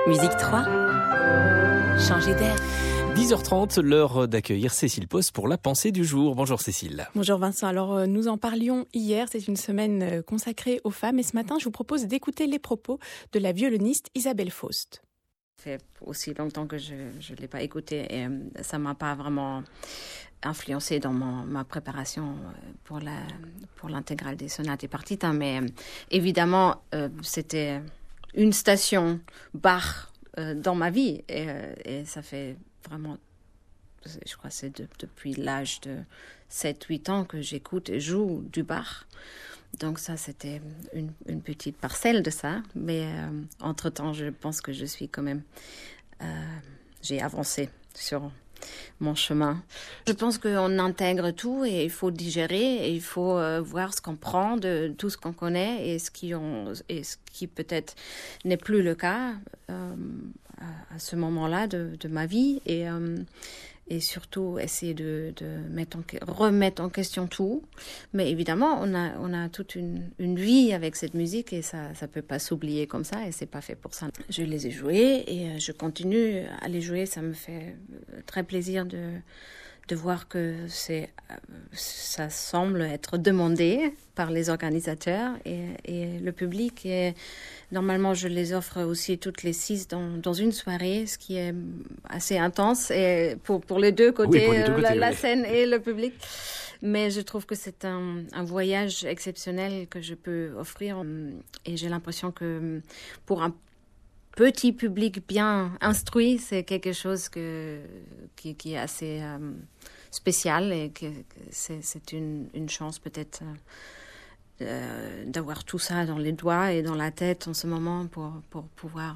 Musique 3, changer d'air. 10h30, l'heure d'accueillir Cécile Post pour la pensée du jour. Bonjour Cécile. Bonjour Vincent, alors nous en parlions hier, c'est une semaine consacrée aux femmes et ce matin je vous propose d'écouter les propos de la violoniste Isabelle Faust. Ça fait aussi longtemps que je ne l'ai pas écouté et ça ne m'a pas vraiment influencé dans ma préparation pour l'intégrale des sonates et partites, mais évidemment c'était une station Bach dans ma vie et ça fait vraiment, je crois que c'est depuis l'âge de 7-8 ans que j'écoute et joue du Bach. Donc ça, c'était une petite parcelle de ça. Mais entre-temps, je pense que je suis quand même... j'ai avancé sur mon chemin. Je pense qu'on intègre tout et il faut digérer et il faut voir ce qu'on prend de tout ce qu'on connaît et ce qui peut-être n'est plus le cas à ce moment-là de ma vie et surtout essayer de remettre en question tout. Mais évidemment, on a toute une vie avec cette musique et ça peut pas s'oublier comme ça et c'est pas fait pour ça. Je les ai joués et je continue à les jouer. Ça me fait très plaisir de voir que ça semble être demandé par les organisateurs et le public. Et normalement, je les offre aussi toutes les 6 dans une soirée, ce qui est assez intense et pour les deux côtés, oui, pour les deux côtés, la oui. scène et le public. Mais je trouve que c'est un voyage exceptionnel que je peux offrir et j'ai l'impression que pour un petit public bien instruit, c'est quelque chose qui est assez spécial et que c'est une chance peut-être d'avoir tout ça dans les doigts et dans la tête en ce moment pour pouvoir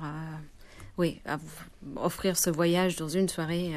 offrir ce voyage dans une soirée.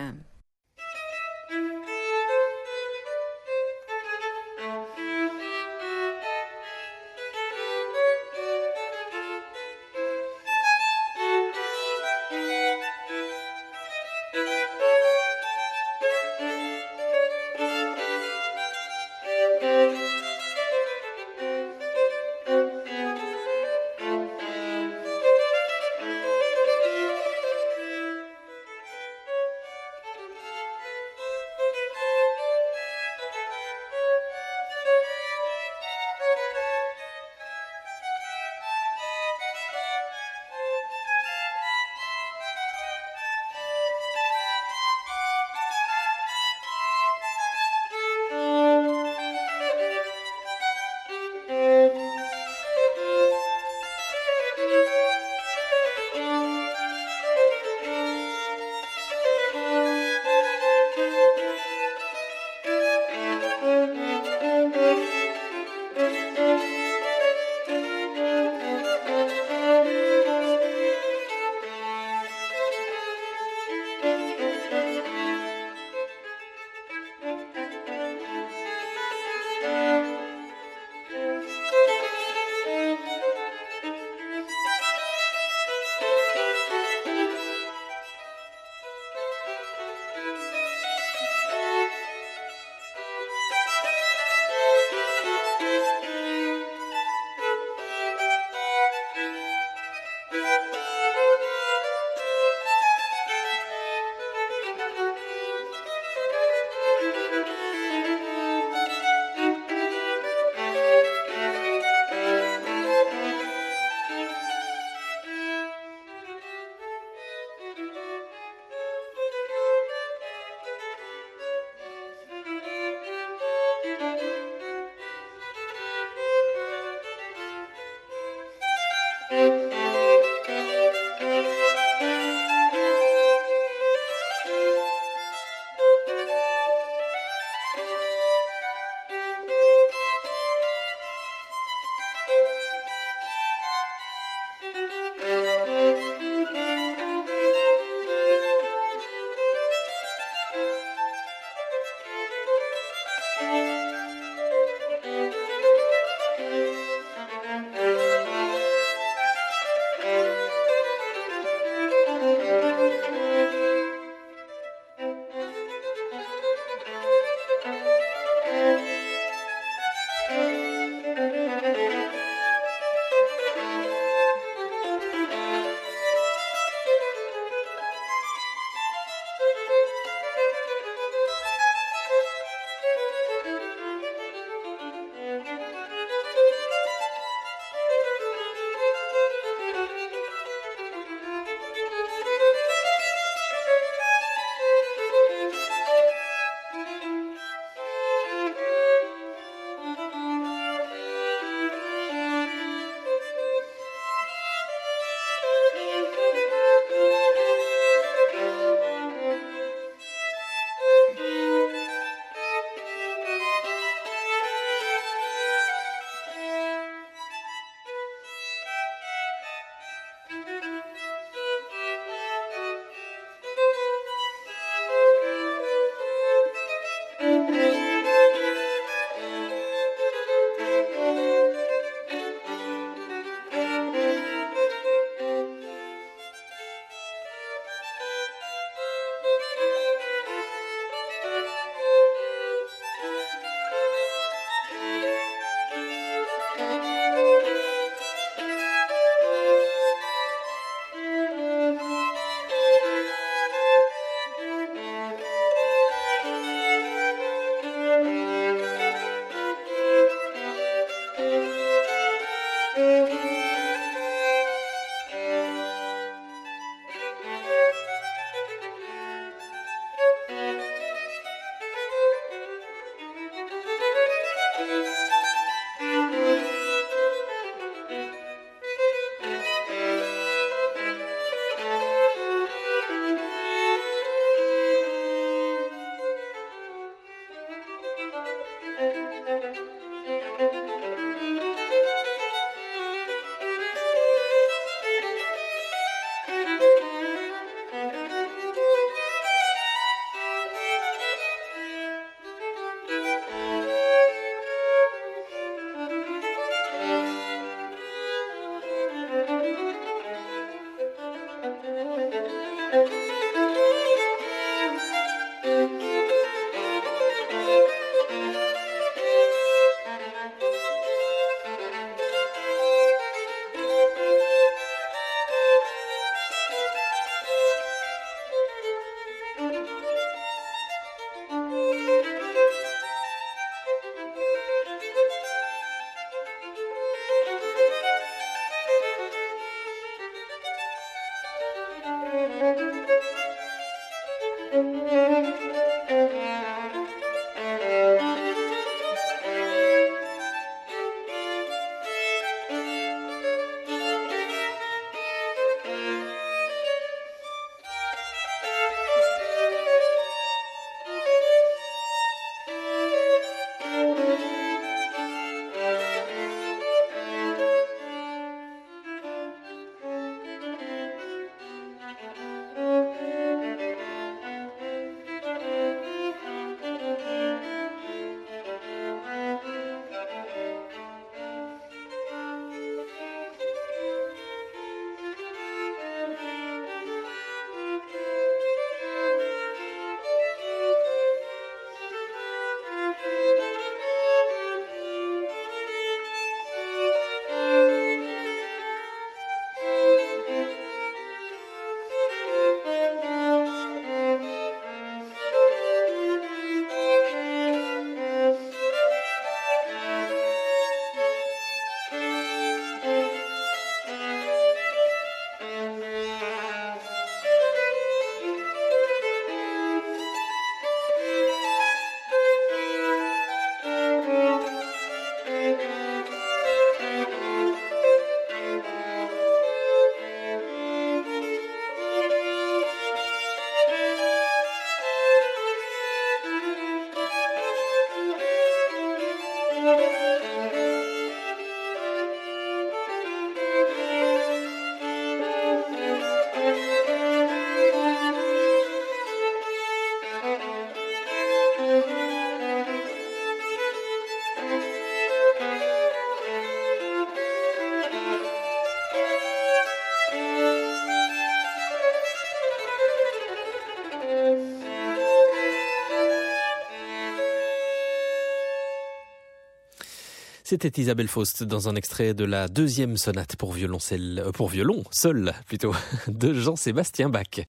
C'était Isabelle Faust dans un extrait de la deuxième sonate pour violon seul plutôt, de Jean-Sébastien Bach.